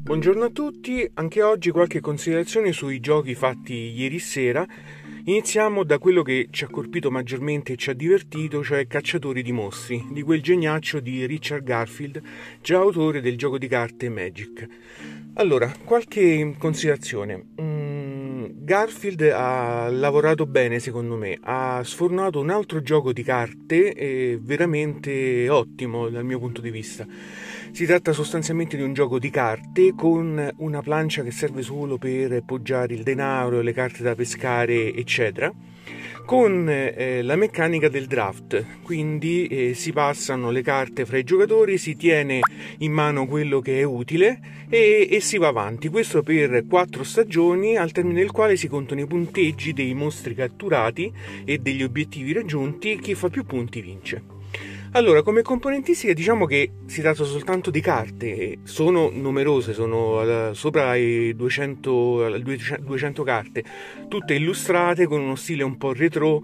Buongiorno a tutti, anche oggi qualche considerazione sui giochi fatti ieri sera. Iniziamo da quello che ci ha colpito maggiormente e ci ha divertito, cioè Cacciatori di mostri, di quel geniaccio di Richard Garfield, già autore del gioco di carte Magic. Allora, qualche considerazione. Garfield ha lavorato bene secondo me, ha sfornato un altro gioco di carte veramente ottimo dal mio punto di vista. Si tratta sostanzialmente di un gioco di carte con una plancia che serve solo per poggiare il denaro, le carte da pescare, eccetera, con la meccanica del draft, quindi si passano le carte fra i giocatori, si tiene in mano quello che è utile e si va avanti. Questo per 4 stagioni, al termine del quale si contano i punteggi dei mostri catturati e degli obiettivi raggiunti. Chi fa più punti vince. Allora, come componentistica diciamo che si tratta soltanto di carte, sono numerose, sono sopra i 200 carte, tutte illustrate con uno stile un po' retro,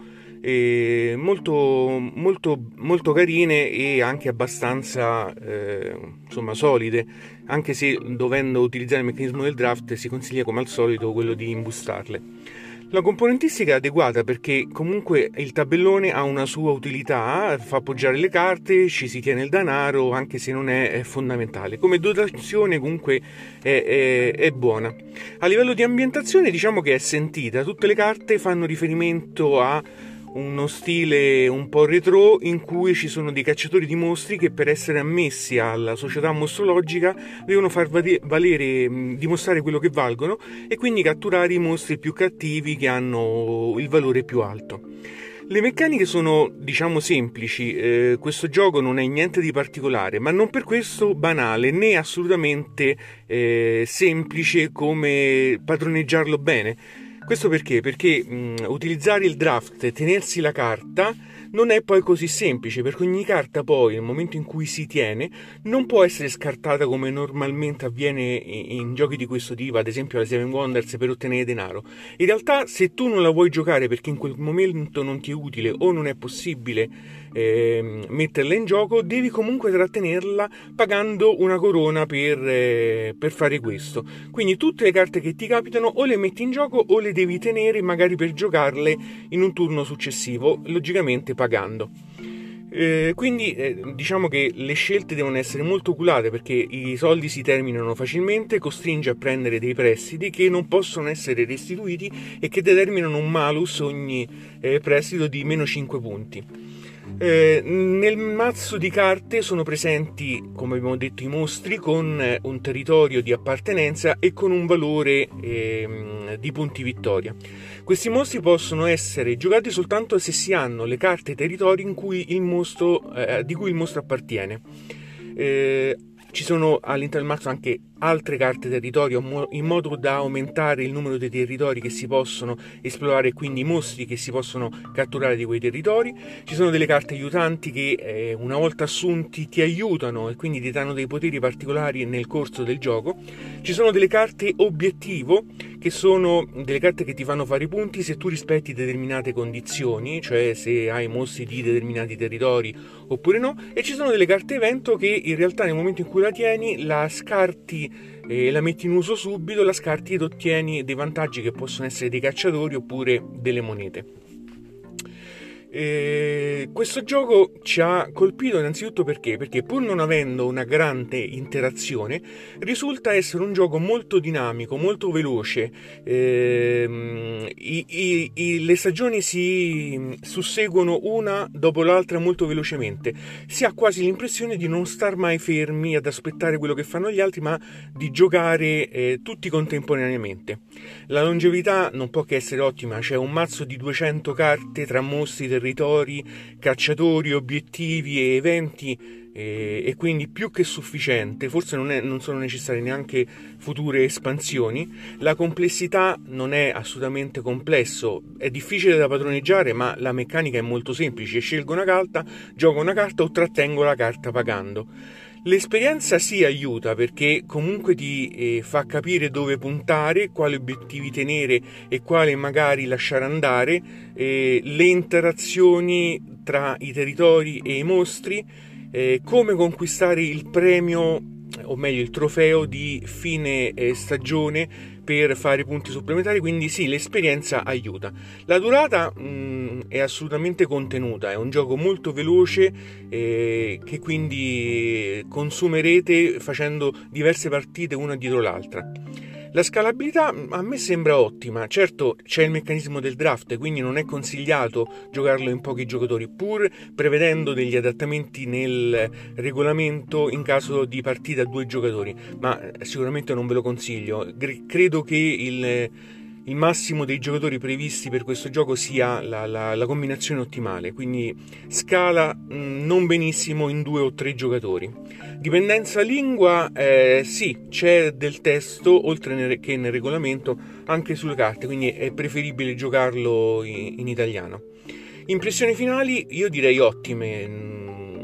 molto carine e anche abbastanza solide, anche se dovendo utilizzare il meccanismo del draft si consiglia come al solito quello di imbustarle. La componentistica è adeguata perché comunque il tabellone ha una sua utilità, fa appoggiare le carte, ci si tiene il denaro anche se non è fondamentale. Come dotazione comunque è buona. A livello di ambientazione diciamo che è sentita, tutte le carte fanno riferimento a uno stile un po' retro in cui ci sono dei cacciatori di mostri che per essere ammessi alla società mostrologica devono far valere, dimostrare quello che valgono e quindi catturare i mostri più cattivi che hanno il valore più alto. Le meccaniche sono, diciamo, semplici, questo gioco non è niente di particolare, ma non per questo banale né assolutamente semplice come padroneggiarlo bene. Questo perché? Perché utilizzare il draft e tenersi la carta non è poi così semplice, perché ogni carta poi, nel momento in cui si tiene, non può essere scartata come normalmente avviene in giochi di questo tipo, ad esempio la Seven Wonders, per ottenere denaro. In realtà, se tu non la vuoi giocare perché in quel momento non ti è utile o non è possibile metterla in gioco, devi comunque trattenerla pagando una corona per fare questo. Quindi tutte le carte che ti capitano o le metti in gioco o le devi tenere magari per giocarle in un turno successivo, logicamente pagando. Diciamo che le scelte devono essere molto oculate perché i soldi si terminano facilmente, costringe a prendere dei prestiti che non possono essere restituiti e che determinano un malus ogni prestito di meno 5 punti. Nel mazzo di carte sono presenti, come abbiamo detto, i mostri con un territorio di appartenenza e con un valore di punti vittoria. Questi mostri possono essere giocati soltanto se si hanno le carte territori in cui di cui il mostro appartiene. Ci sono all'interno del mazzo anche altre carte territorio in modo da aumentare il numero dei territori che si possono esplorare e quindi i mostri che si possono catturare di quei territori. Ci sono delle carte aiutanti che una volta assunti ti aiutano e quindi ti danno dei poteri particolari nel corso del gioco. Ci sono delle carte obiettivo che sono delle carte che ti fanno fare i punti se tu rispetti determinate condizioni, cioè se hai mostri di determinati territori oppure no, e ci sono delle carte evento che in realtà nel momento in cui la tieni la scarti e la metti in uso subito, la scarti ed ottieni dei vantaggi che possono essere dei cacciatori oppure delle monete. Questo gioco ci ha colpito innanzitutto perché pur non avendo una grande interazione risulta essere un gioco molto dinamico, molto veloce. Le stagioni si susseguono una dopo l'altra molto velocemente, si ha quasi l'impressione di non star mai fermi ad aspettare quello che fanno gli altri, ma di giocare tutti contemporaneamente. La longevità non può che essere ottima, c'è un mazzo di 200 carte tra mostri, territori, cacciatori, obiettivi e eventi e quindi più che sufficiente. Forse non sono necessarie neanche future espansioni. La complessità non è assolutamente complesso, è difficile da padroneggiare, ma la meccanica è molto semplice: scelgo una carta, gioco una carta o trattengo la carta pagando. L'esperienza si aiuta perché comunque ti fa capire dove puntare, quali obiettivi tenere e quali magari lasciare andare, le interazioni tra i territori e i mostri, come conquistare il premio o meglio il trofeo di fine stagione per fare punti supplementari, quindi sì, l'esperienza aiuta. La durata è assolutamente contenuta, è un gioco molto veloce che quindi consumerete facendo diverse partite una dietro l'altra. La scalabilità a me sembra ottima, certo c'è il meccanismo del draft, quindi non è consigliato giocarlo in pochi giocatori, pur prevedendo degli adattamenti nel regolamento in caso di partita a 2 giocatori, ma sicuramente non ve lo consiglio. Credo che il massimo dei giocatori previsti per questo gioco sia la combinazione ottimale, quindi scala non benissimo in 2 o 3 giocatori. Dipendenza lingua, sì, c'è del testo oltre che nel regolamento anche sulle carte, quindi è preferibile giocarlo in italiano. Impressioni finali, io direi ottime.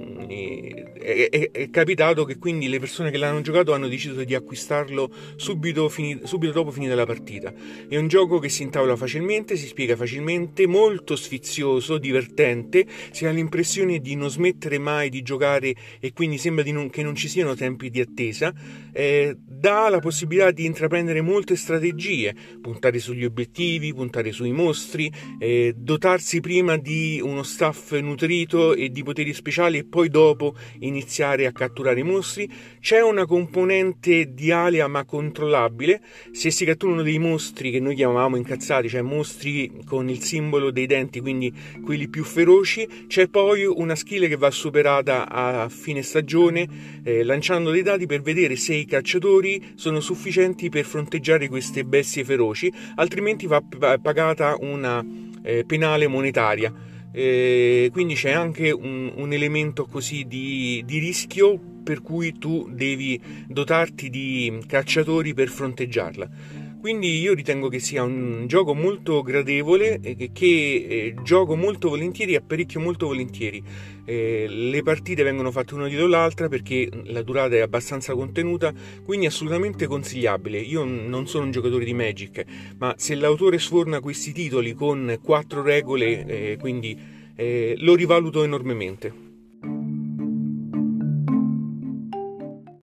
È capitato che quindi le persone che l'hanno giocato hanno deciso di acquistarlo subito dopo finita la partita. È un gioco che si intavola facilmente, si spiega facilmente, molto sfizioso, divertente, si ha l'impressione di non smettere mai di giocare e quindi sembra che non ci siano tempi di attesa. Dà la possibilità di intraprendere molte strategie, puntare sugli obiettivi, puntare sui mostri, dotarsi prima di uno staff nutrito e di poteri speciali e poi dopo iniziare a catturare i mostri. C'è una componente di alea ma controllabile. Se si catturano dei mostri che noi chiamavamo incazzati, cioè mostri con il simbolo dei denti, quindi quelli più feroci, c'è poi una skill che va superata a fine stagione, lanciando dei dadi per vedere se i cacciatori sono sufficienti per fronteggiare queste bestie feroci, altrimenti va pagata una penale monetaria. Quindi c'è anche un elemento così di rischio, per cui tu devi dotarti di cacciatori per fronteggiarla. Quindi io ritengo che sia un gioco molto gradevole che gioco molto volentieri e apparecchio molto volentieri. Le partite vengono fatte una dietro l'altra perché la durata è abbastanza contenuta, quindi assolutamente consigliabile. Io non sono un giocatore di Magic, ma se l'autore sforna questi titoli con 4 regole, quindi lo rivaluto enormemente.